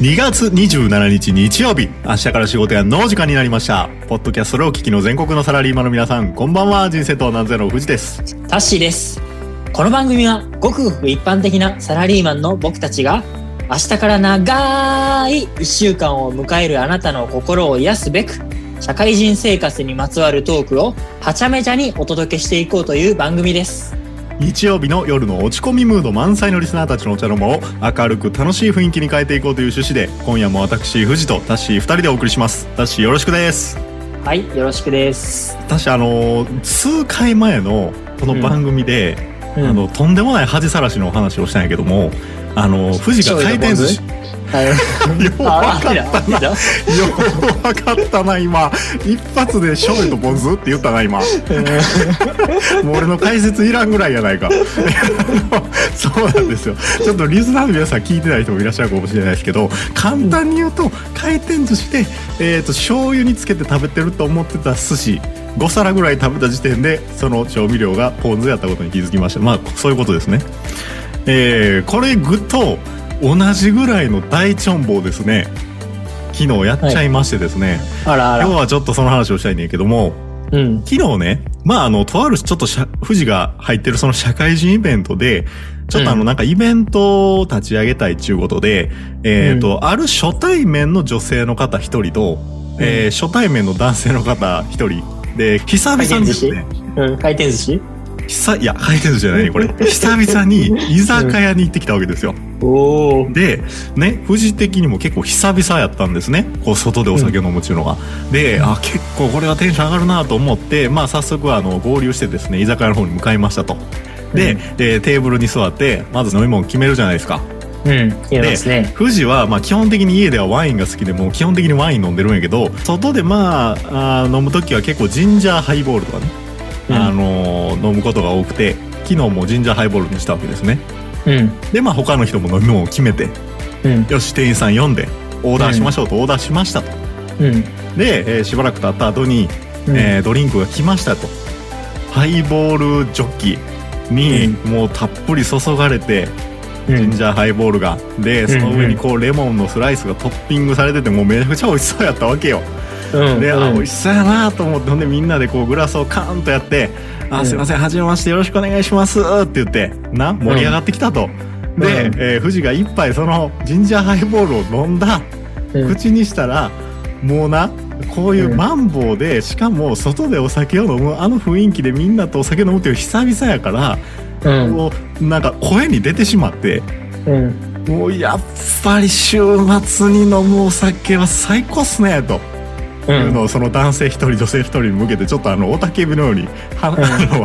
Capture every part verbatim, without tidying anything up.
にがつにじゅうしちにち日曜日、明日から仕事やの時間になりました。ポッドキャストをお聞きの全国のサラリーマンの皆さん、こんばんは。人生とは何ぞやの藤です。 タッシーです。この番組はごくごく一般的なサラリーマンの僕たちが、明日から長いいっしゅうかんを迎えるあなたの心を癒すべく、社会人生活にまつわるトークをはちゃめちゃにお届けしていこうという番組です。 日曜日の夜の落ち込みムード満載のリスナーたちのお茶の間を明るく楽しい雰囲気に変えていこうという趣旨で、今夜も私藤とタッシーふたりでお送りします。タッシーよろしくです。 はい、よろしくです。 タッシー、あの数回前のこの番組で、うん、あのとんでもない恥さらしのお話をしたんやけども、あの藤が回転寿司よう分かったなよう分かったな今一発で醤油とポン酢って言ったな今もう俺の解説いらんぐらいやないかそうなんですよ。ちょっとリスナーの皆さん聞いてない人もいらっしゃるかもしれないですけど、簡単に言うと回転寿司で、えーと醤油につけて食べてると思ってた寿司ごさらぐらい食べた時点でその調味料がポン酢やったことに気づきました。まあそういうことですね。えー、これぐっと同じぐらいの大チョンボをですね、昨日やっちゃいましてですね、はい、あらあら今日はちょっとその話をしたいねんけども、うん、昨日ね、まああのとあるちょっと富士が入ってるその社会人イベントでちょっとあのなんかイベントを立ち上げたいっていうことで、うん、えっと、うん、ある初対面の女性の方一人と、うん、えー、初対面の男性の方一人で、久々にですね、 うん、回転寿司久いや回転寿司じゃないねこれ久々に居酒屋に行ってきたわけですよ、うん、おでね、富士的にも結構久々やったんですね、こう外でお酒を飲むっていうのが、うん、で、あ結構これはテンション上がるなと思って、まあ早速あの合流してですね居酒屋の方に向かいましたと。で、うん、でテーブルに座ってまず飲み物決めるじゃないですか。 うん、いいですね。 富士はまあ基本的に家ではワインが好きで、もう基本的にワイン飲んでるんやけど、外でまあ、あ飲むときは結構ジンジャーハイボールとかね、うん、あのー、飲むことが多くて、昨日もジンジャーハイボールにしたわけですね、うん、でまあ他の人も飲み物を決めて、うん、よし店員さん呼んでオーダーしましょうとオーダーしましたと、うん、で、えー、しばらく経った後に、うん、えー、ドリンクが来ましたと。ハイボールジョッキにもうたっぷり注がれて、ジンジャーハイボールがで、その上にこうレモンのスライスがトッピングされてて、もうめちゃくちゃ美味しそうやったわけよ、うん、で、うん、あ美味しそうやなと思って、ほんでみんなでこうグラスをカーンとやって、うん、あすいませんはじめましてよろしくお願いしますって言ってな盛り上がってきたと、うん、で、うん、えー、富士が一杯そのジンジャーハイボールを飲んだ、うん、口にしたらもうな、こういうマンボウで、しかも外でお酒を飲むあの雰囲気でみんなとお酒飲むっていう久々やから、うん、もうなんか声に出てしまって、うん、もうやっぱり週末に飲むお酒は最高っすねというのを、その男性一人女性一人に向けてちょっとあの雄たけびのようには、うん、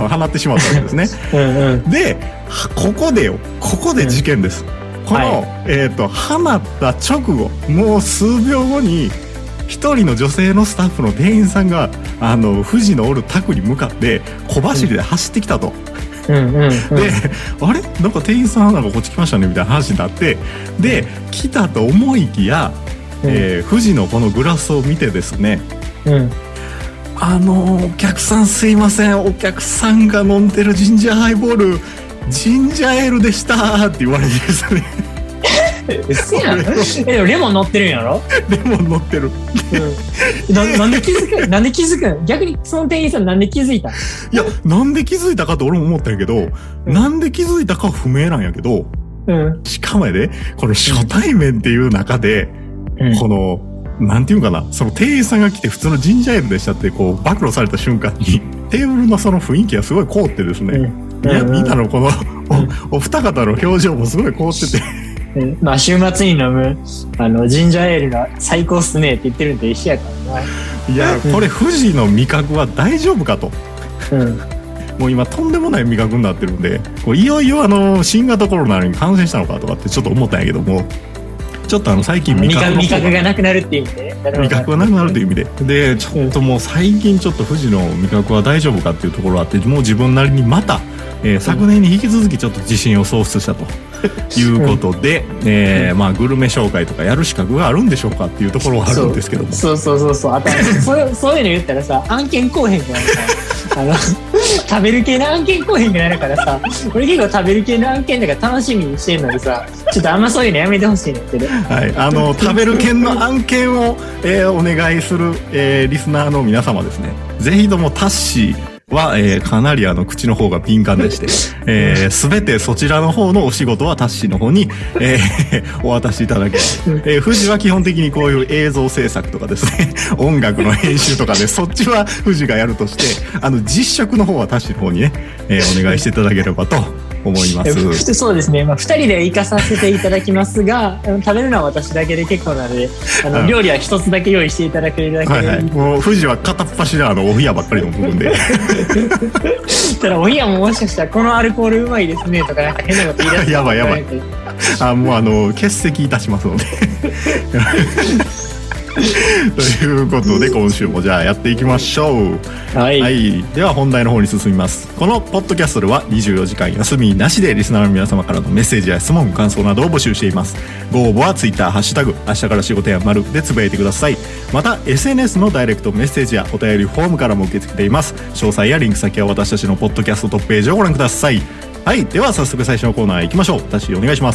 放ってしまったわけですねうん、うん、でここでよここで事件です、うん、この、はい、えーと、放った直後もう数秒後に一人の女性のスタッフの店員さんがあの富士のおる宅に向かって小走りで走ってきたと、うんうんうんうん、であれなんか店員さんなんかこっち来ましたねみたいな話になって、で来たと思いきや、うん、えー、富士のこのグラスを見てですね、うん、あのお客さんすいません、お客さんが飲んでるジンジャーハイボールジンジャーエールでしたって言われてですねうっせやん。えでもレモン乗ってるんやろ。 レモン乗ってる、 うん、な, なんで気づくなんで気づく逆にその店員さんなんで気づいた。いやなんで気づいたかって俺も思ったんやけど、うん、なんで気づいたかは不明なんやけど、うん、しかもやでこの初対面っていう中で、うん、このなんていうかな、その店員さんが来て普通のジンジャーエールでしたってこう暴露された瞬間にテーブルのその雰囲気がすごい凍ってですね、うん、いやみんなのこの お, お二方の表情もすごい凍っててまあ週末に飲むあのジンジャーエールが最高っすねって言ってるんと一緒やからな。 いやこれ富士の味覚は大丈夫かと、うん、もう今とんでもない味覚になってるんで、こういよいよあの新型コロナに感染したのかとかってちょっと思ったんやけども、ちょっとあの最近味覚の味覚がなくなるっていう意味で、 味覚がなくなるという意味ででちょっともう最近ちょっと富士の味覚は大丈夫かっていうところがあって、もう自分なりにまた、えー、昨年に引き続きちょっと自信を喪失したということで、うん、えーまあ、グルメ紹介とかやる資格があるんでしょうかっていうところはあるんですけども、 そうそうそうそうそう、あとそうそういうの言ったらさ案件こうへんからさあの食べる系の案件来へんくなるからさ、俺結構食べる系の案件だから楽しみにしてるのにさ、ちょっとあんまそういうのやめてほしいねんけど。 はい、あの食べる系の案件を、えー、お願いする、えー、リスナーの皆様ですね、ぜひともタッシーは、えー、かなりあの口の方が敏感でして、えー、すべてそちらの方のお仕事はタッシーの方に、えー、お渡しいただけ、えー、富士は基本的にこういう映像制作とかですね、音楽の編集とかでそっちは富士がやるとして、あの実食の方はタッシーの方にね、えー、お願いしていただければと思います。 そうですね、まあ、ふたりで行かさせていただきますが、食べるのは私だけで結構なので、あの料理は一つだけ用意していただけるだけで、はいはい、 もう富士は片っ端であのお冷やばっかりの部分でただお冷やももしかしたらこのアルコールうまいですねとかなんか変なこと言い出すやばいやばいあもうあの欠席いたしますのでということで今週もじゃあやっていきましょう。はい、はい、では本題の方に進みます。このポッドキャストではにじゅうよじかん休みなしでリスナーの皆様からのメッセージや質問感想などを募集しています。ご応募はツイッターハッシュタグ明日から仕事や丸でつぶやいてください。また エスエヌエス のダイレクトメッセージやお便りフォームからも受け付けています。詳細やリンク先は私たちのポッドキャストトップページをご覧ください。はい、では早速最初のコーナー行きましょう。タッシーお願いします。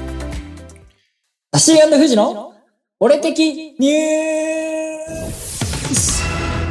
タッシー&富士の俺的ニュース。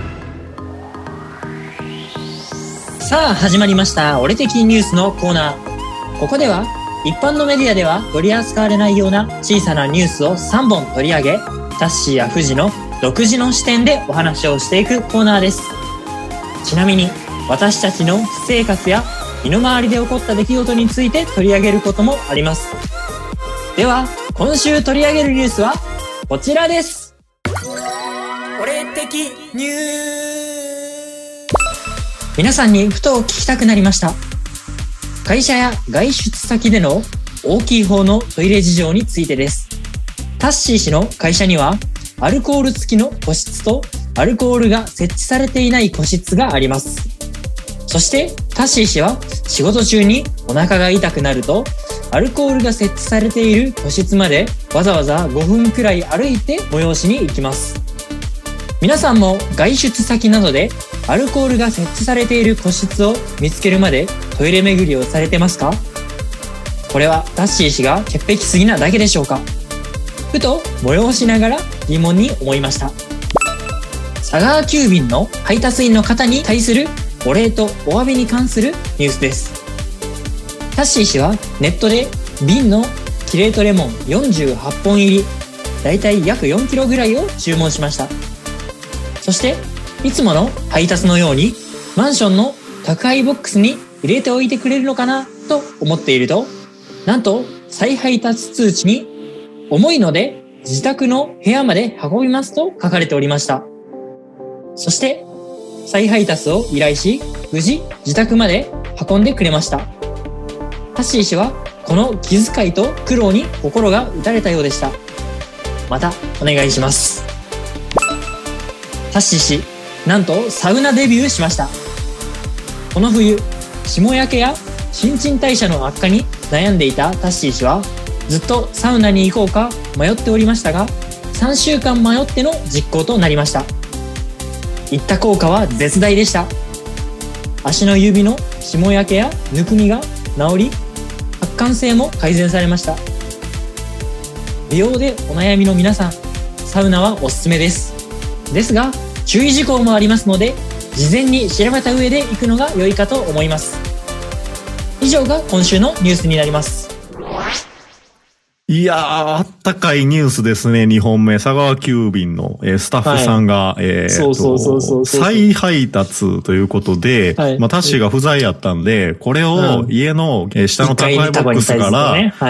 さあ始まりました俺的ニュースのコーナー。ここでは一般のメディアでは取り扱われないような小さなニュースをさんぼん取り上げ、タッシーや富士の独自の視点でお話をしていくコーナーです。ちなみに私たちの私生活や身の回りで起こった出来事について取り上げることもあります。では今週取り上げるニュースはこちらです。俺的ニュース。皆さんにふと聞きたくなりました。会社や外出先での大きい方のトイレ事情についてです。タッシー氏の会社にはアルコール付きの個室とアルコールが設置されていない個室があります。そしてタッシー氏は仕事中にお腹が痛くなるとアルコールが設置されている個室までわざわざごふんくらい歩いて催しに行きます。皆さんも外出先などでアルコールが設置されている個室を見つけるまでトイレ巡りをされてますか？これはタッシー氏が潔癖すぎなだけでしょうか？ふと催しながら疑問に思いました。佐川急便の配達員の方に対するお礼とお詫びに関するニュースです。タッシー氏はネットで瓶のキレートレモンよんじゅうはっぽん入り、だいたい約よんキロぐらいを注文しました。そしていつもの配達のようにマンションの宅配ボックスに入れておいてくれるのかなと思っていると、なんと再配達通知に重いので自宅の部屋まで運びますと書かれておりました。そして再配達を依頼し、無事自宅まで運んでくれました。タッシー氏はこの気遣いと苦労に心が打たれたようでした。またお願いします。タッシー氏、なんとサウナデビューしました。この冬、霜焼けや新陳代謝の悪化に悩んでいたタッシー氏はずっとサウナに行こうか迷っておりましたが、さんしゅうかん迷っての実行となりました。行った効果は絶大でした。足の指の霜焼けやぬくみが治り、発汗性も改善されました。美容でお悩みの皆さん、サウナはおすすめです。ですが、注意事項もありますので、事前に調べた上で行くのが良いかと思います。以上が今週のニュースになります。 いやー、あったかいニュースですね。にほんめ、佐川急便の、えー、スタッフさんが、はい、えー、と、再配達ということで、はい、まあ、タッシーが不在やったんで、これを家の、えー、下の宅配ボックスから、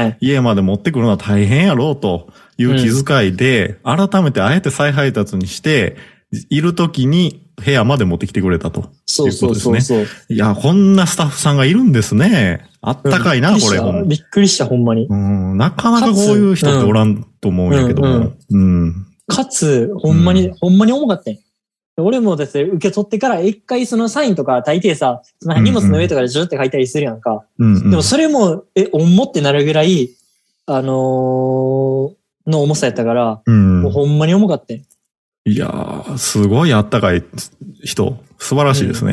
家まで持ってくるのは大変やろうという気遣いで、うん、改めてあえて再配達にして、いるときに部屋まで持ってきてくれたということですね。そうそうそうそう。いや、こんなスタッフさんがいるんですね。あったかいな、うん、これ。 びっくりした、ほんまに。 うん、なかなかこういう人っておらんと思うんやけども。うん。うんうん、 かつ、ほんまに、うん、ほんまに重かったん。俺もですね、受け取ってから一回そのサインとか大抵さ、その荷物の上とかでジュって書いたりするやんか。うんうん、でもそれも、え、重ってなるぐらい、あのー、の重さやったから、うん、もうほんまに重かったん。 いやー、すごいあったかい人、素晴らしいですね。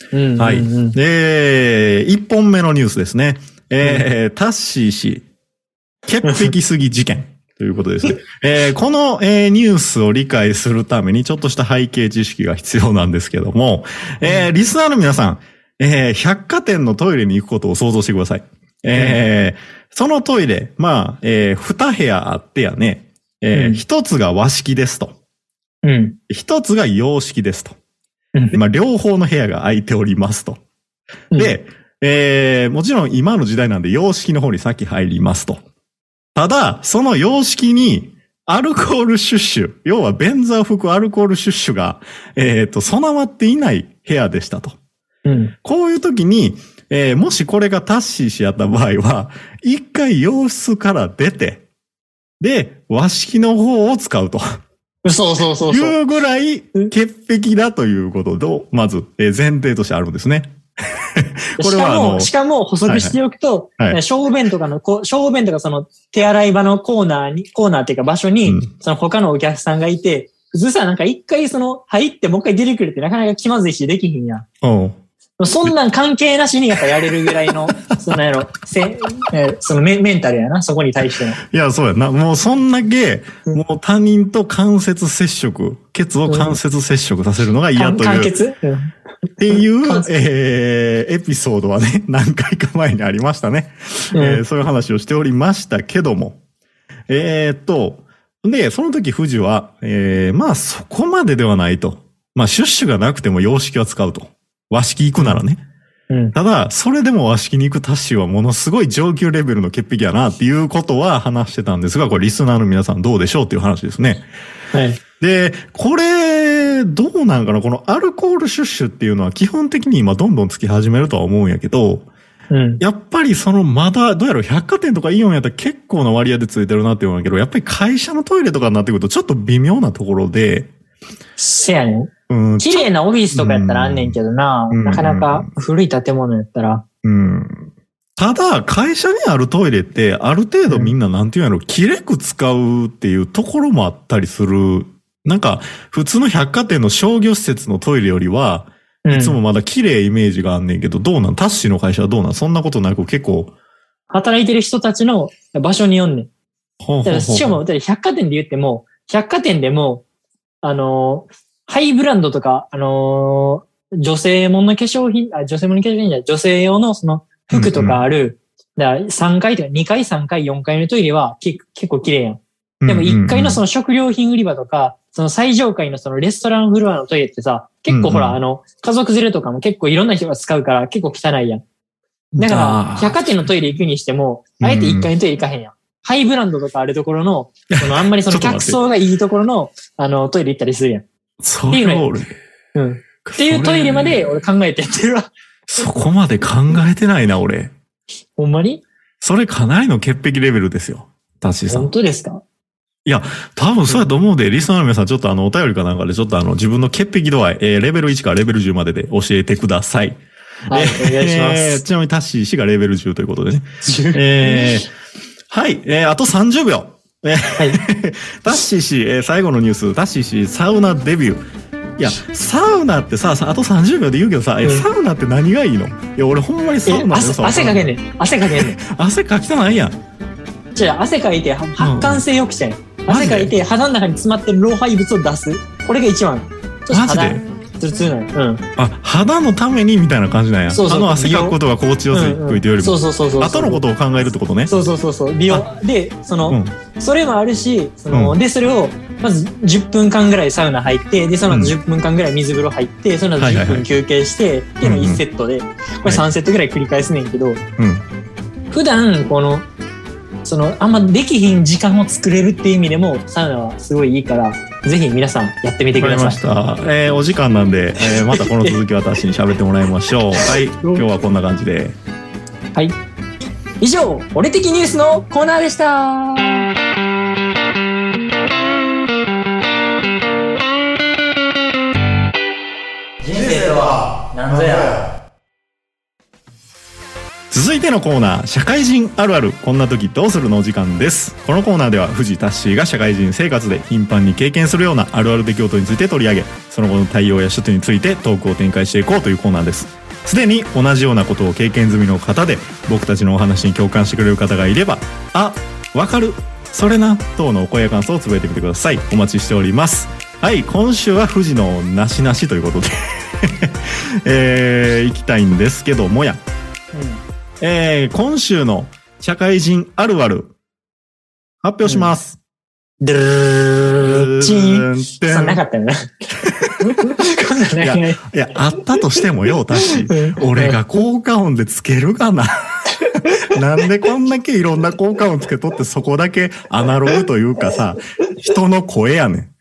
うんうんうん、 はい。で、一本目のニュースですね。えー、うん、タッシー氏、潔癖すぎ事件。ということですね。えー、この、えー、ニュースを理解するためにちょっとした背景知識が必要なんですけども、えー、リスナーの皆さん、えー、百貨店のトイレに行くことを想像してください。えー、そのトイレ、まあ、えー、二部屋あってやね、えー、一、うん、つが和式ですと。 うん。 一つが洋式ですと。うん、まあ、両方の部屋が空いておりますと。うん、で、えー、もちろん今の時代なんで洋式の方に先入りますと。ただ、その洋式にアルコールシュッシュ、要は便座を吹くアルコールシュッシュが、えっと、備わっていない部屋でしたと。 うん、 こういう時に、えー、もしこれがタッシー氏やった場合は、一回洋室から出て、で、和式の方を使うと。 そうそうそうそう。 いうぐらい潔癖だということと、まず、えー、前提としてあるんですね。 これはあのしかも補足しておくと、はいはい、小便とかの、小便とかその手洗い場のコーナーに、コーナーっていうか場所に、うん、その他のお客さんがいて、普通さ、なんか一回その入ってもう一回出てくるってなかなか気まずいしできひんやん。 うんそんなん関係なしにやっぱやれるぐらいの、そのやろ、せ、えそのメ、メンタルやな、そこに対しての。 いや、そうやな。もうそんだけ、もう他人と間接接触、ケツを間接接触させるのが嫌という。 間接、うん、 っていう、えー、エピソードはね、何回か前にありましたね。うんえー、そういう話をしておりましたけども。えー、っと、で、その時富士は、えー、まあそこまでではないと。まあシュッシュがなくても洋式は使うと。和式行くならね。 うん、 ただ、それでも和式に行くタッシーはものすごい上級レベルの潔癖やなっていうことは話してたんですが、これリスナーの皆さんどうでしょうっていう話ですね。 はい。 で、これ、どうなんかなこのアルコールシュッシュっていうのは基本的に今どんどんつき始めるとは思うんやけど、 うん、 やっぱりそのまだ、どうやろう、百貨店とかイオンやったら結構な割合でついてるなって思うんやけど、やっぱり会社のトイレとかになってくるとちょっと微妙なところで、 せやねん。 うん、 綺麗なオフィスとかやったらあんねんけどな、うん、なかなか古い建物やったら。 うん。ただ、会社にあるトイレって、ある程度みんななんていうんやろ、きれく使うっていうところもあったりする。なんか、普通の百貨店の商業施設のトイレよりは、いつもまだ綺麗イメージがあんねんけど、どうなんタッシーの会社はどうなんそんなことなく結構。 働いてる人たちの場所によんねん。 ほうほうほうしかも、百貨店で言っても、百貨店でも、あのー、ハイブランドとか、あのー、女性ものの化粧品、あ、女性ものの化粧品じゃない、女性用のその服とかある、うんうん、だからさんかいとかにかいさんかいよんかいのトイレは結構綺麗やん。でもいっかいのその食料品売り場とか、その最上階のそのレストランフロアのトイレってさ、結構ほら、うんうん、あの、家族連れとかも結構いろんな人が使うから結構汚いやん。だから、百貨店のトイレ行くにしても、あえていっかいのトイレ行かへんやん。ハイブランドとかあるところの、そのあんまりその客層がいいところの、あの、トイレ行ったりするやん。 そういうのうん。っていうトイレまで俺考えてってるわ。 そこまで考えてないな、俺。 ほんまに？ それかなりの潔癖レベルですよ。タッシーさん。 本当ですか？ いや、多分そうやと思うで、リスナーの皆さんちょっとあの、お便りかなんかでちょっとあの、自分の潔癖度合い、えー、レベルいちからレベルじゅうまでで教えてください。 はい、お願いします。 えー、ちなみにタッシー氏がレベルじゅうということでね。えー、はい、えー、あとさんじゅうびょう。はい、タッシー氏、えー、最後のニュース、タッシー氏、サウナデビュー。いや、サウナってさ、あとさんじゅうびょうで言うけどさ、え、サウナって何がいいの？いや、俺ほんまにサウナの汗、汗かけんねん。汗かけんねん。 汗かきたないやん。 じゃあ、汗かいて発汗性良くしてん。汗かいて肌の中に詰まってる老廃物を出す。これが一番。 マジで？ ツルツルなの。うん。 あ、肌のためにみたいな感じなんや。 そうそう。 あの汗かくことが心地よすいというよりも。 そうそうそうそう。 後のことを考えるってことね。 そうそうそうそう。美容。で、その、うん、それもあるし、その、うん、で、それを、まずじゅっぷんかんぐらいサウナ入って、で、その後じゅっぷんかんぐらい水風呂入って、その後じゅっぷん休憩して、っていうのいちセットで、これさんセットぐらい繰り返すねんけど、うん、普段、この、その、あんまできひん時間を作れるっていう意味でも、サウナはすごいいいから、ぜひ皆さんやってみてください。 わかりました。えー、お時間なんで、えー、またこの続きは私に喋ってもらいましょう。はい、今日はこんな感じで。 はい。以上、俺的ニュースのコーナーでした。人生とは何ぞや。 続いてのコーナー、社会人あるあるこんな時どうするのお時間です。このコーナーでは藤タッシーが社会人生活で頻繁に経験するようなあるある出来事について取り上げ、その後の対応や処置についてトークを展開していこうというコーナーです。すでに同じようなことを経験済みの方で、僕たちのお話に共感してくれる方がいれば、あ、わかる、それな等のお声や感想をつぶやいてみてください。お待ちしております。はい、今週は藤のなしなしということでえー、行きたいんですけどもや、うん、えー、今週の社会人あるある発表します。 ドゥーチーン。そんなかったよね。こんなないや、いや、あったとしてもよ、たし、俺が効果音でつけるかな。なんでこんだけいろんな効果音つけとってそこだけアナログというかさ、人の声やねん。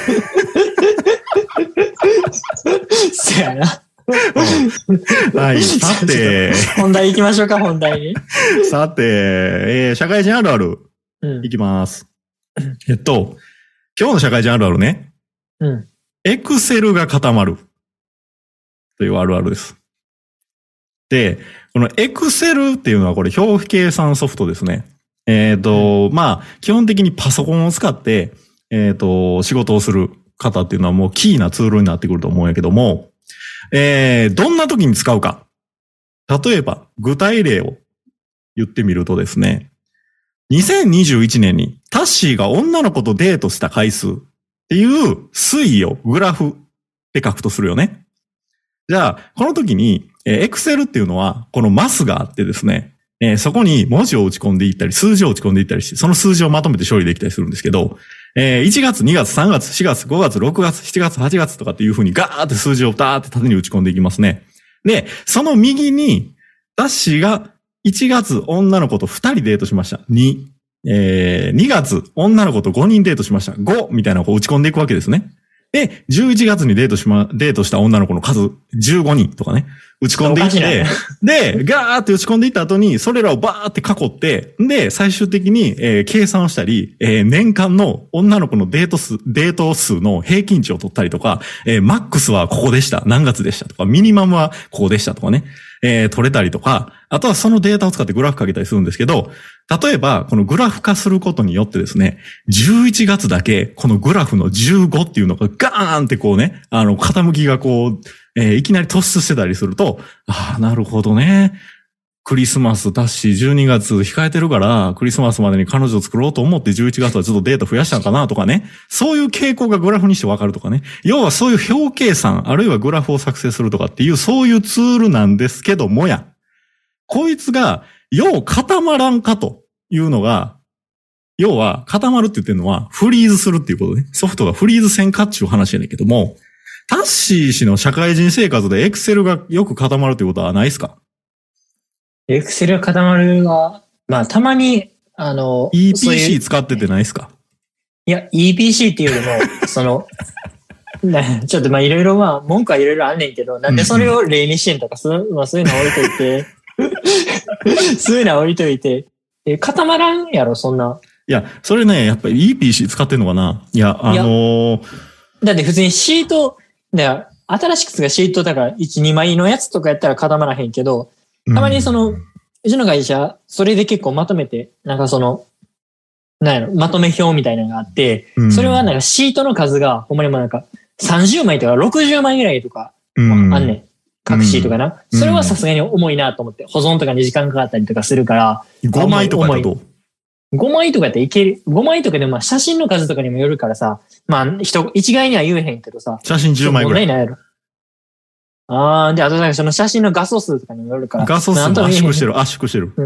そやな。 はい、さて。 本題行きましょうか、本題に。 さて、えー、社会人あるある。うん、いきます。えっと、今日の社会人あるあるね。うん。エクセルが固まる。というあるあるです。で、このエクセルっていうのはこれ表計算ソフトですね。えっと、まあ、基本的にパソコンを使って、えっと、仕事をする方っていうのはもうキーなツールになってくると思うんやけども、えー、どんな時に使うか。例えば、具体例を言ってみるとですね、にせんにじゅういちねんにタッシーが女の子とデートした回数っていう推移をグラフで書くとするよね。じゃあ、この時に、えー、Excel っていうのは、このマスがあってですね、えー、そこに文字を打ち込んでいったり、数字を打ち込んでいったりして、その数字をまとめて処理できたりするんですけど、えー、いちがつ、にがつ、さんがつ、しがつ、ごがつ、ろくがつ、しちがつ、はちがつとかっていう風にガーって数字をダーって縦に打ち込んでいきますね。で、その右に、タッシーがいちがつ女の子とふたりデートしました。に。えー、にがつ女の子とごにんデートしました。ごみたいなのを打ち込んでいくわけですね。で、じゅういちがつにデートしま、デートした女の子の数じゅうごにんとかね、打ち込んでいって、で、ガーって打ち込んでいった後に、それらをバーって囲って、で、最終的に、えー、計算をしたり、えー、年間の女の子のデート数、デート数の平均値を取ったりとか、えー、マックスはここでした、何月でしたとか、ミニマムはここでしたとかね、えー、取れたりとか、あとはそのデータを使ってグラフかけたりするんですけど、例えば、このグラフ化することによってですね、じゅういちがつだけ、このグラフのじゅうごっていうのがガーンってこうね、あの、傾きがこう、えー、いきなり突出してたりすると、ああ、なるほどね。クリスマスだし、じゅうにがつ控えてるから、クリスマスまでに彼女を作ろうと思ってじゅういちがつはちょっとデータ増やしたのかなとかね。そういう傾向がグラフにしてわかるとかね。要はそういう表計算、あるいはグラフを作成するとかっていう、そういうツールなんですけどもや。こいつが、よう固まらんかというのが、要は固まるって言ってるのは、フリーズするっていうことね。ソフトがフリーズせんかっていう話やねんけども、タッシー氏の社会人生活でエクセルがよく固まるということはないですか？ エクセルが固まるは、まあたまに、あの、 イーピーシー 使っててないですか？ いや、イーピーシー っていうよりも、その、ちょっとまあいろいろまあ文句はいろいろあんねんけど、なんでそれを例にしてんとか、そう、まあ、そういうの置いといて、そういうの置いといて、え、固まらんやろ、そんな。 いや、それね、やっぱり イーピーシー 使ってんのかな？いや、あのー、 だって普通にシート、だ新しく使うシートだからいち、にまいのやつとかやったら固まらへんけど、たまにその、うん、うちの会社、それで結構まとめて、なんかその、なんやろ、まとめ表みたいなのがあって、うん、それはなんかシートの数が、ほんまにもなんかさんじゅうまいとかろくじゅうまいぐらいとか、あんねん。うん、各シートかな。うん、それはさすがに重いなと思って、保存とかに時間かかったりとかするから。 ごまいとかだとごまいとかっていける。ごまいとかでもまあ写真の数とかにもよるからさ、まあ人、一概には言えへんけどさ。 写真じゅうまいぐらい。問題ないやろ。 あー、で、あとなんかその写真の画素数とかにもよるから。 画素数も圧縮してる、圧縮してる。 うん。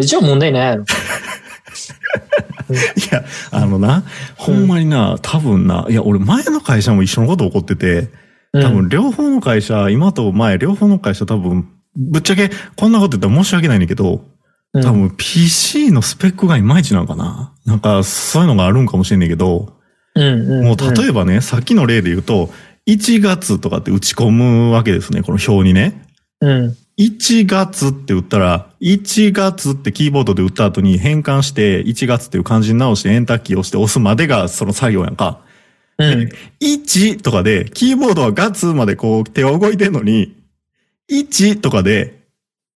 じゃあ問題ないやろ。 いや、あのな、ほんまにな、多分な、いや、俺前の会社も一緒のこと起こってて、多分両方の会社、今と前、両方の会社多分、ぶっちゃけこんなこと言ったら申し訳ないんだけど、多分 ピーシー のスペックがいまいちなのかな。なんかそういうのがあるんかもしれないけど、もう例えばね、さっきの例で言うと、いちがつとかって打ち込むわけですね、この表にね。 うん、 いちがつって打ったら、いちがつってキーボードで打った後に変換して、いちがつっていう漢字に直してエンターキーを押して押すまでがその作業やんか。うん、いちとかで、キーボードはガツまでこう手を動いてんのに、いちとかで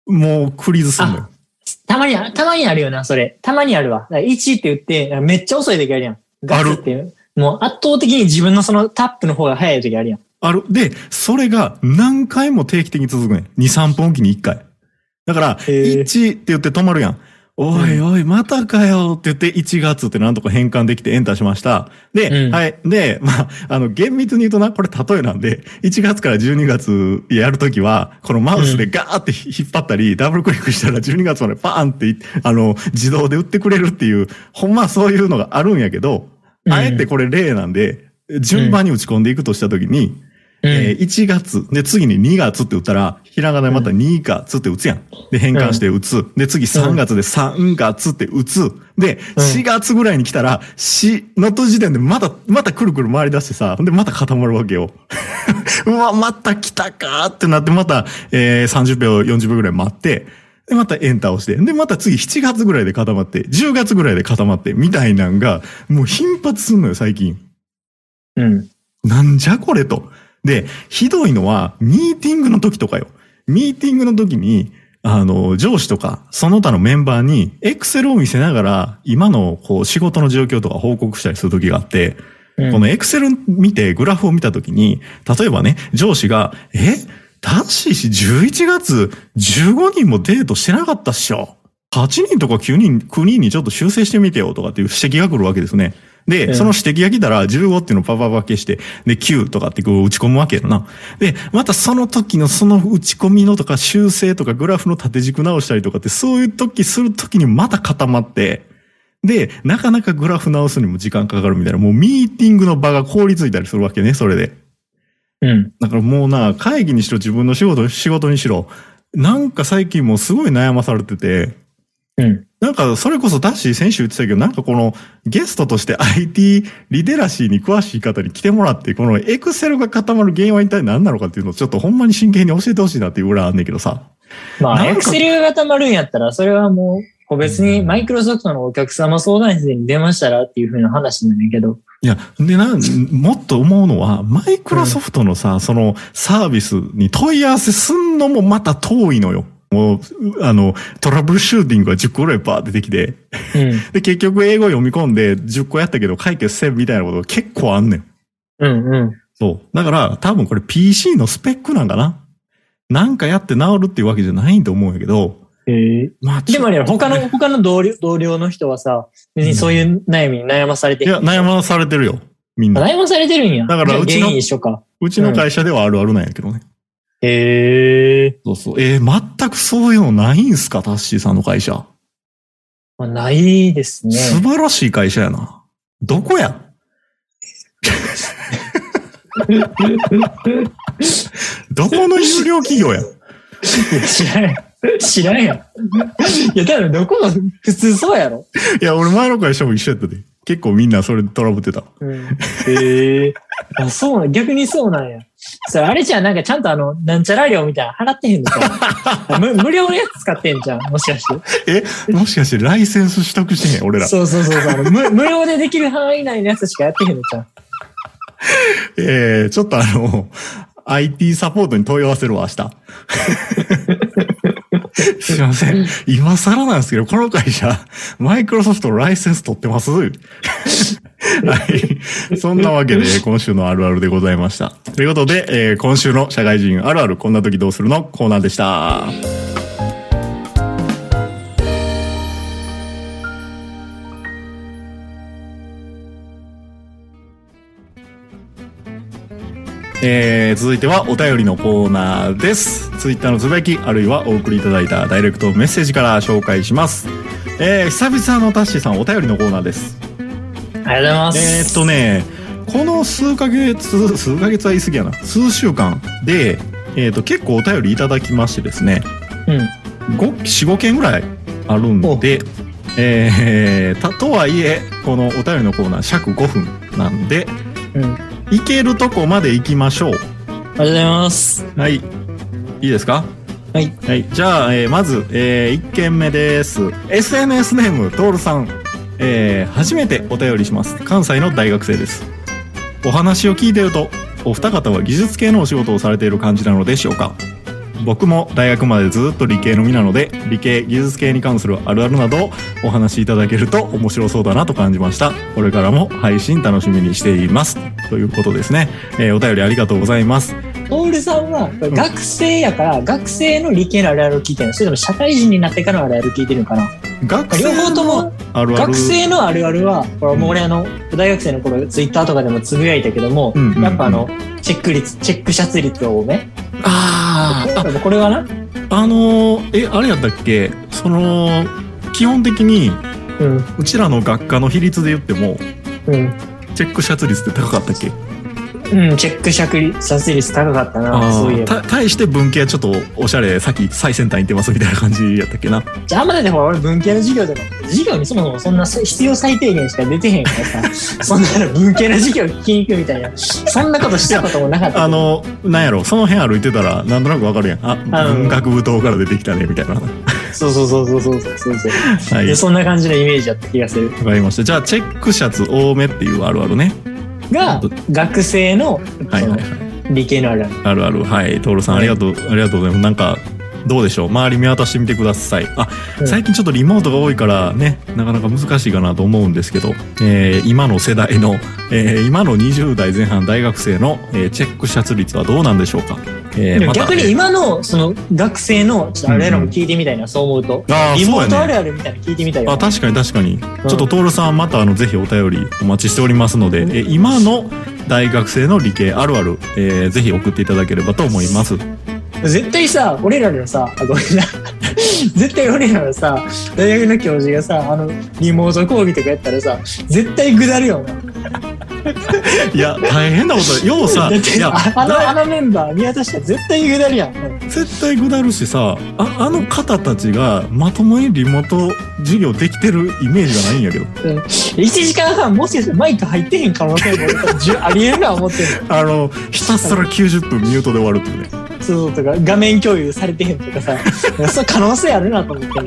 もうクリーズすんのよ。 たまに、たまにあるよな、それ。たまにあるわ。いちって言って、めっちゃ遅い時あるやん。ガツっていう。もう圧倒的に自分のそのタップの方が早い時あるやん。 ある。で、それが何回も定期的に続くねん。に、さんぷんおきにいっかい。だから、いちって言って止まるやん。おいおい、またかよって言って、いちがつってなんとか変換できてエンターしました。で、うん、はい。で、まあ、あの、厳密に言うとな、これ例えなんで、いちがつからじゅうにがつやるときは、このマウスでガーって引っ張ったり、うん、ダブルクリックしたらじゅうにがつまでパーンって、あの、自動で打ってくれるっていう、ほんまそういうのがあるんやけど、うん、あえてこれ例なんで、順番に打ち込んでいくとしたときに、うん、えー、いちがつ、で、次ににがつって打ったら、ひらがなでまたにがつって打つやん。で、変換して打つ。うん、で、次さんがつでさんがつって打つ。で、しがつぐらいに来たら、しのと時点でまた、またくるくる回り出してさ、で、また固まるわけよ。うわ、また来たかーってなって、また、えー、さんじゅっぴょう、よんじゅっぴょうぐらい待って、で、またエンター押して、で、また次しちがつぐらいで固まって、じゅうがつぐらいで固まって、みたいなんが、もう頻発すんのよ、最近。 うん。 なんじゃこれと。で、ひどいのは、ミーティングの時とかよ。ミーティングの時に、あの、上司とか、その他のメンバーに、エクセルを見せながら、今の、こう、仕事の状況とか報告したりする時があって、うん、このエクセル見て、グラフを見た時に、例えばね、上司が、えタッシー氏じゅういちがつじゅうごにんもデートしてなかったっしょ。はちにんとかきゅうにん、きゅうにんにちょっと修正してみてよとかっていう指摘が来るわけですね。で、うん、その指摘が来たらじゅうごっていうのをパパパ消して、で、きゅうとかってこう打ち込むわけやな。で、またその時のその打ち込みのとか修正とかグラフの縦軸直したりとかってそういう時する時にまた固まって、で、なかなかグラフ直すにも時間かかるみたいな、もうミーティングの場が凍りついたりするわけね、それで。 うん。 だからもうな、会議にしろ自分の仕事、仕事にしろ、なんか最近もうすごい悩まされてて、 うん。 なんか、それこそダッシー先週言ってたけど、なんかこのゲストとして アイティー リテラシーに詳しい方に来てもらって、このエクセルが固まる原因は一体何なのかっていうのをちょっとほんまに真剣に教えてほしいなっていう裏あんねんけどさ。 まあ、エクセルが固まるんやったら、それはもう、個別にマイクロソフトのお客様相談室に出ましたらっていう風な話なんやけど。 いや、でな、もっと思うのは、マイクロソフトのさ、うん、そのサービスに問い合わせすんのもまた遠いのよ。もう、あの、トラブルシューティングがじゅっこぐらいバーってできて、うん、で、結局英語読み込んでじゅっこやったけど解決せんみたいなことが結構あんねん。 うんうん。 そう。だから、多分これ ピーシー のスペックなんかな。なんかやって治るっていうわけじゃないと思うんやけど。 へえ。まあ、でもね、他の、他の同僚、同僚の人はさ、別にそういう悩みに悩まされてる、 うん。いや、悩まされてるよ。みんな。 悩まされてるんや。 だからうちの、 原因一緒か。 うちの会社ではあるあるなんやけどね。 へえ。 そうそう。えー、全くそういうのないんすか、タッシーさんの会社。 まあ、ないですね。 素晴らしい会社やな。どこやどこの有料企業や知らん。知らんやん。いや、多分どこも普通そうやろ。 いや、俺前の会社も一緒やったで。結構みんなそれでトラブってた。 うん、へえ。あ、そうなん、逆にそうなんや。それあれじゃん、なんかちゃんとあの、なんちゃら料みたいな払ってへんのか無。無料のやつ使ってんじゃん、もしかして。 え、もしかしてライセンス取得してへん、俺ら。 そうそうそうそう無。無料でできる範囲内のやつしかやってへんのじゃん。 えー、ちょっとあの、アイティー サポートに問い合わせるわ、明日。すいません。今更なんですけど、この会社、マイクロソフトのライセンス取ってますはい。そんなわけで、今週のあるあるでございました。ということで、えー、今週の社会人あるある、こんな時どうするのコーナーでした。えー、続いてはお便りのコーナーです。ツイッターのつぶやき、あるいはお送りいただいたダイレクトメッセージから紹介します。えー、久々のタッシーさんお便りのコーナーです。 ありがとうございます。 えー、っとね、この数ヶ月、数ヶ月は言い過ぎやな。数週間で、えー、っと結構お便りいただきましてですね。 うん。 ご、よん、ごけんぐらいあるんで、えー、たとはいえ、このお便りのコーナー尺ごふんなんで、 うん。 行けるとこまで行きましょう。ありがとうございます。 はい。いいですか？ はい。 はい。じゃあ、えー、まず、えー、いっけんめです。エスエヌエス ネーム、トールさん。えー、初めてお便りします。関西の大学生です。お話を聞いていると、お二方は技術系のお仕事をされている感じなのでしょうか？ 僕も大学までずっと理系の身なので、理系技術系に関するあるあるなどをお話しいただけると面白そうだなと感じました。これからも配信楽しみにしていますということですね。えー、お便りありがとうございます。 トールさんは学生やから、うん、学生の理系のあるあるを聞いてるの、それとも社会人になってからのあるある聞いてるのかな。 学生両方ともあるある、学生のあるあるはこれもう俺あの大学生の頃ツイッターとかでもつぶやいたけども、うんうんうん、やっぱあのチェック率チェックシャツ率多め。ああ、これはな、 あのー、えあれやったっけ、その基本的に、うん、うちらの学科の比率で言っても、うん、チェックシャツ率って高かったっけ。 うん、チェックシャツ率高かったな。そういえば対して文系はちょっとおしゃれ、さっき最先端行ってますみたいな感じやったっけな。 じゃああんまだってほら俺文系の授業とか授業にそもそもそんな必要最低限しか出てへんからさそんな文系の授業聞きに行くみたいなそんなことしたこともなかった。 あのなんやろ、その辺歩いてたらなんとなくわかるやん。あ、文学部棟から出てきたねみたいな。 そうそうそうそうそうそうそう、はい、でそんな感じのイメージだった気がする。 わかりました。じゃあチェックシャツ多めっていうあるあるねが学生の、はいはいはい、理系のあるあるあるある。はい、トールさん、はい、ありがとうありがとうございます。なんかどうでしょう、周り見渡してみてください。あ、うん、最近ちょっとリモートが多いからね、なかなか難しいかなと思うんですけど、えー、今の世代の、えー、今のにじゅう代前半大学生の、えー、チェックシャツ率はどうなんでしょうか。 えー、逆に今のその学生のちょっとあれらも聞いてみたいな、うん、そう思うとあリモートあるあるみたいな聞いてみたいよ、ね、 あ確かに確かに、うん、ちょっとトールさんまたあのぜひお便りお待ちしておりますので、うん、え今の大学生の理系あるある、えー、ぜひ送っていただければと思います。 絶対さ俺らのさあごめんな絶対俺らのさ大学の教授がさあのリモート講義とかやったらさ絶対ぐだるよな。 いや大変なことようさいやあのあのメンバー見渡したら絶対ぐだるやん。 絶対ぐだるしさ あ, あの方たちがまともにリモート授業できてるイメージがないんやけど、うん、 いちじかんはんもしかしてマイク入ってへん可能性もありえるな思ってるあのひたすらきゅうじゅっぷんミュートで終わるっていうね。 そうとか画面共有されてへんとかさそう可能性あるなと思ってる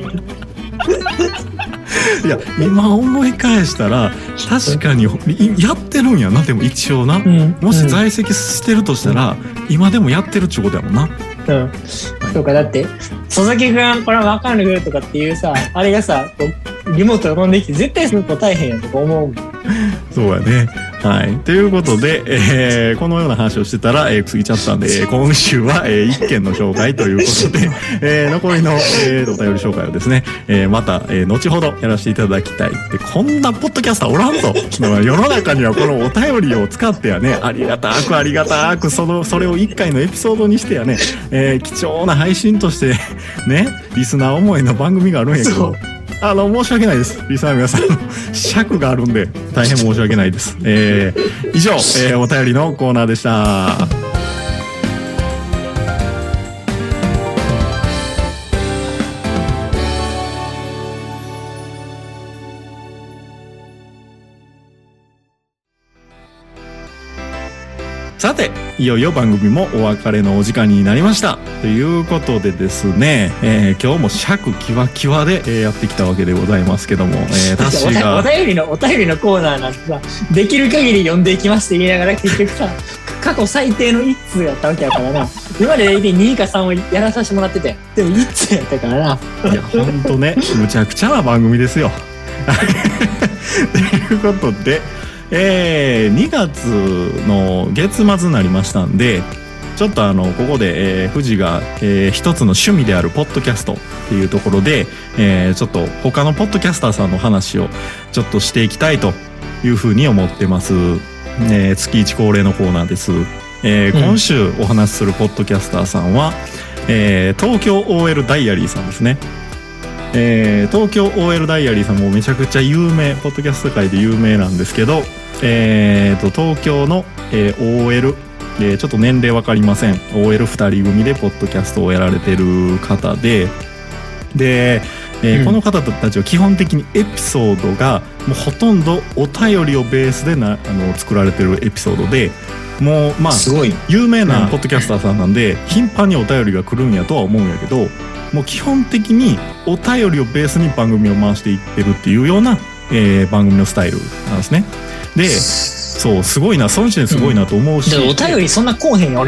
いや今思い返したら確かにやってるんやな。でも一応な、うん、もし在籍してるとしたら、うん、今でもやってるっちゅうことやもんな。 うん、はい、そうかだって佐々木くんこれわかんないとかっていうさあれがさこうリモート飛んできて絶対その子大変やとか思う。 そうやね。はい。ということで、えー、このような話をしてたら、えー、過ぎちゃったんで、えー、今週は、えー、一件の紹介ということで、えー、残りの、えー、お便り紹介をですね、えー、また、えー、後ほどやらせていただきたい。で、こんなポッドキャスターおらんぞ。世の中にはこのお便りを使ってやね、ありがたくありがたく、その、それを一回のエピソードにしてやね、えー、貴重な配信として、ね、リスナー思いの番組があるんやけど、あの申し訳ないです。リスナーの皆さん尺があるんで大変申し訳ないです。えー、以上、えー、お便りのコーナーでした。さていよいよ番組もお別れのお時間になりましたということでですね、えー、今日も尺キワキワで、えー、やってきたわけでございますけども、えー、タッシーがお便りのお便りのコーナーなんてさできる限り読んでいきますって言いながら結局さ過去最低のいち通やったわけやからな。今まで大体にかさんをやらさせてもらっててでもいち通やったからな。 いやほんとねむちゃくちゃな番組ですよということでえー、にがつの月末になりましたんでちょっとあのここで、えー、富士が、えー、一つの趣味であるポッドキャストっていうところで、えー、ちょっと他のポッドキャスターさんの話をちょっとしていきたいというふうに思ってます、えー、月いち恒例のコーナーです、えー、今週お話しするポッドキャスターさんは、えー、東京 オーエル ダイアリーさんですね。えー、東京 オーエル ダイアリーさんもめちゃくちゃ有名ポッドキャスト界で有名なんですけど、えー、と東京の、えー、オーエル、えー、ちょっと年齢わかりません オーエルふたり組でポッドキャストをやられてる方でで、えーうん、この方たちは基本的にエピソードがもうほとんどお便りをベースでなあの作られてるエピソードでもうまあすごい有名なポッドキャスターさんなんで、うん、頻繁にお便りが来るんやとは思うんやけどもう基本的にお便りをベースに番組を回していってるっていうような、えー、番組のスタイルなんですね。でそうすごいなその時点ですごいなと思うし、 うん、お便りそんなこうへんよ俺ら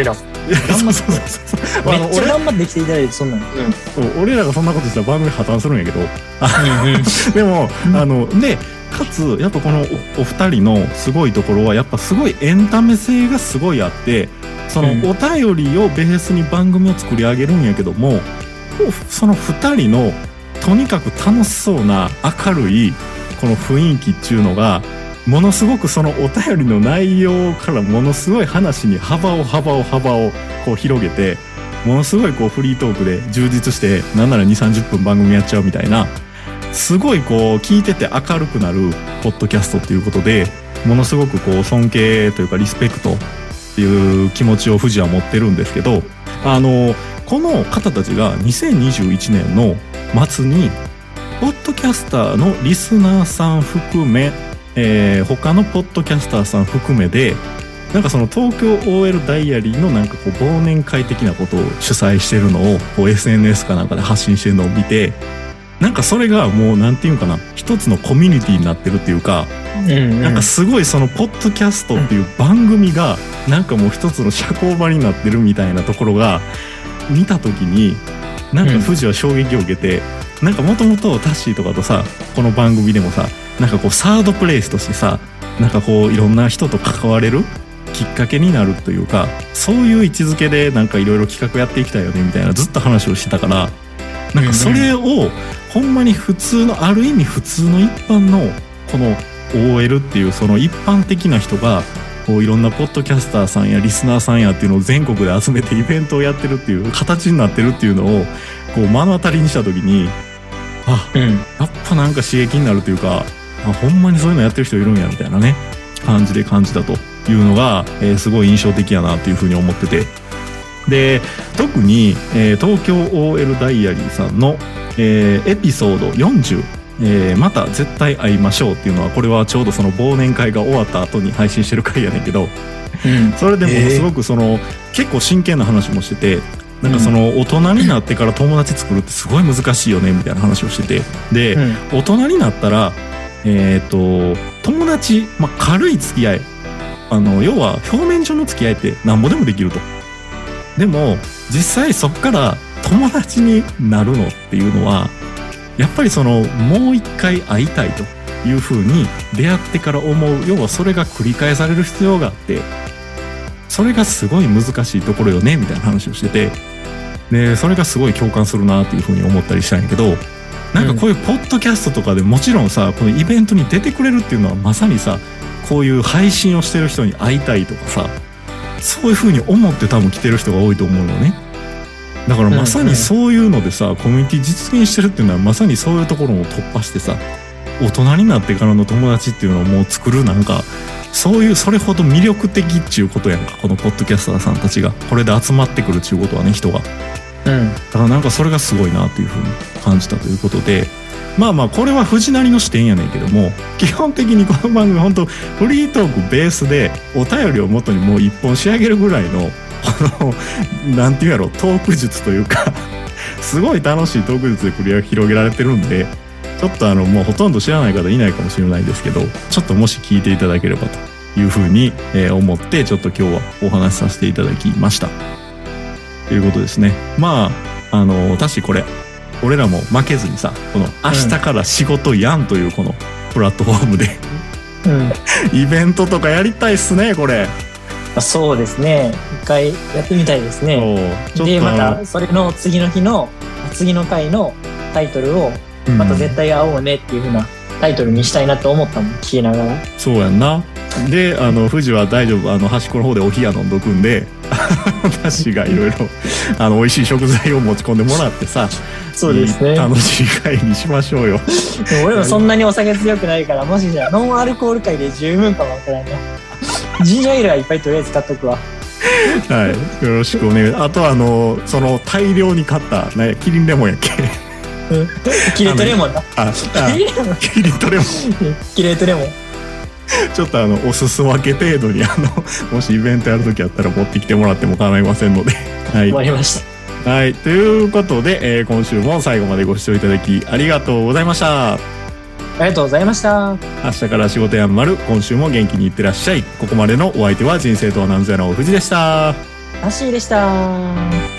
頑張ってそうそうそうそうめっちゃ頑張ってきていただいてそんなの、 うん、俺らがそんなことしたら番組破綻するんやけどでも、うん、あのでかつやっぱこの お, お二人のすごいところはやっぱすごいエンタメ性がすごいあって、そのお便りをベースに番組を作り上げるんやけども、その二人のとにかく楽しそうな明るいこの雰囲気っていうのがものすごくそのお便りの内容からものすごい話に幅を幅を幅をこう広げて、ものすごいこうフリートークで充実して、なんならにじゅうさんじゅっぷん番組やっちゃうみたいな、すごいこう聞いてて明るくなるポッドキャストっていうことで、ものすごくこう尊敬というかリスペクトっていう気持ちを富士は持ってるんですけど、あのこの方たちがにせんにじゅういちねんの末にポッドキャスターのリスナーさん含め、えー、他のポッドキャスターさん含めでなんかその東京 オーエル ダイアリーのなんかこう忘年会的なことを主催してるのをこう エスエヌエス かなんかで発信してるのを見て、なんかそれがもうなんていうかな、一つのコミュニティになってるっていうか、うんうん、なんかすごいそのポッドキャストっていう番組がなんかもう一つの社交場になってるみたいなところが見た時になんか富士は衝撃を受けて、うん、なんかもともとタッシーとかとさこの番組でもさなんかこうサードプレイスとしてさなんかこういろんな人と関われるきっかけになるというか、そういう位置づけでなんかいろいろ企画やっていきたいよねみたいなずっと話をしてたから、なんかそれをほんまに普通のある意味普通の一般のこの オーエル っていうその一般的な人がこういろんなポッドキャスターさんやリスナーさんやっていうのを全国で集めてイベントをやってるっていう形になってるっていうのをこう目の当たりにした時に、あ、うん、やっぱなんか刺激になるというか、あ、ほんまにそういうのやってる人いるんやみたいなね感じで感じたというのが、えー、すごい印象的やなというふうに思ってて、で特に、えー、東京 オーエル ダイアリーさんの、えー、エピソードよんじゅう、えー、また絶対会いましょうっていうのはこれはちょうどその忘年会が終わった後に配信してる回やねんけど、うん、それでもすごくその、えー、結構真剣な話もしてて、なんかその大人になってから友達作るってすごい難しいよねみたいな話をしてて、で、うん、大人になったらえっと友達、まあ、軽い付き合い、あの要は表面上の付き合いってなんぼでもできると。でも実際そっから友達になるのっていうのはやっぱりそのもう一回会いたいというふうに出会ってから思う、要はそれが繰り返される必要があって、それがすごい難しいところよねみたいな話をしてて、でそれがすごい共感するなっていうふうに思ったりしたんやけど、なんかこういうポッドキャストとかでもちろんさこのイベントに出てくれるっていうのはまさにさこういう配信をしてる人に会いたいとかさ、そういう風に思って多分来てる人が多いと思うのね。だからまさにそういうのでさ、うんうん、コミュニティ実現してるっていうのはまさにそういうところを突破してさ、大人になってからの友達っていうのをもう作る、なんかそういうそれほど魅力的っちゅうことやんか、このポッドキャスターさんたちがこれで集まってくるっちゅうことはね、人が、うん、だからなんかそれがすごいなという風に感じたということで、まあまあこれは藤なりの視点やねんけども、基本的にこの番組本当フリートークベースでお便りを元にもう一本仕上げるぐらいのこのなんていうやろトーク術というかすごい楽しいトーク術で繰り広げられてるんで、ちょっとあのもうほとんど知らない方いないかもしれないですけど、ちょっともし聞いていただければというふうに思ってちょっと今日はお話しさせていただきましたということですね。まああの確かこれ俺らも負けずにさ、この明日から仕事やんというこのプラットフォームで、うん、イベントとかやりたいっすねこれ。 そうですね、一回やってみたいですね。でまたそれの次の日の次の回のタイトルをまた絶対会おうねっていう風なタイトルにしたいなと思ったもん、聞きながら。 そうやんな。であの富士は大丈夫、あの端っこの方でお冷や飲んどくんで私がいろいろあの美味しい食材を持ち込んでもらってさ、 そうですね、 楽しい会にしましょうよ。 でも俺もそんなにお酒強くないから、もしじゃあノンアルコール会で十分かもわからんね。ジンジャーエールはいっぱいとりあえず買っとくわ。 はい、よろしくお願い。あとはあのその大量に買ったなんやキリンレモンやっけキレートレモンだ。 ああキリンとレモンキレートレモンちょっとあのおすす分け程度にあのもしイベントやるときあったら持ってきてもらっても構いませんのではい、 終わりました。 はい、ということで、えー、今週も最後までご視聴いただきありがとうございました。 ありがとうございました。 明日から仕事やんまる、今週も元気にいってらっしゃい。ここまでのお相手は人生とは何ぞやの藤でした。 タッシーでした。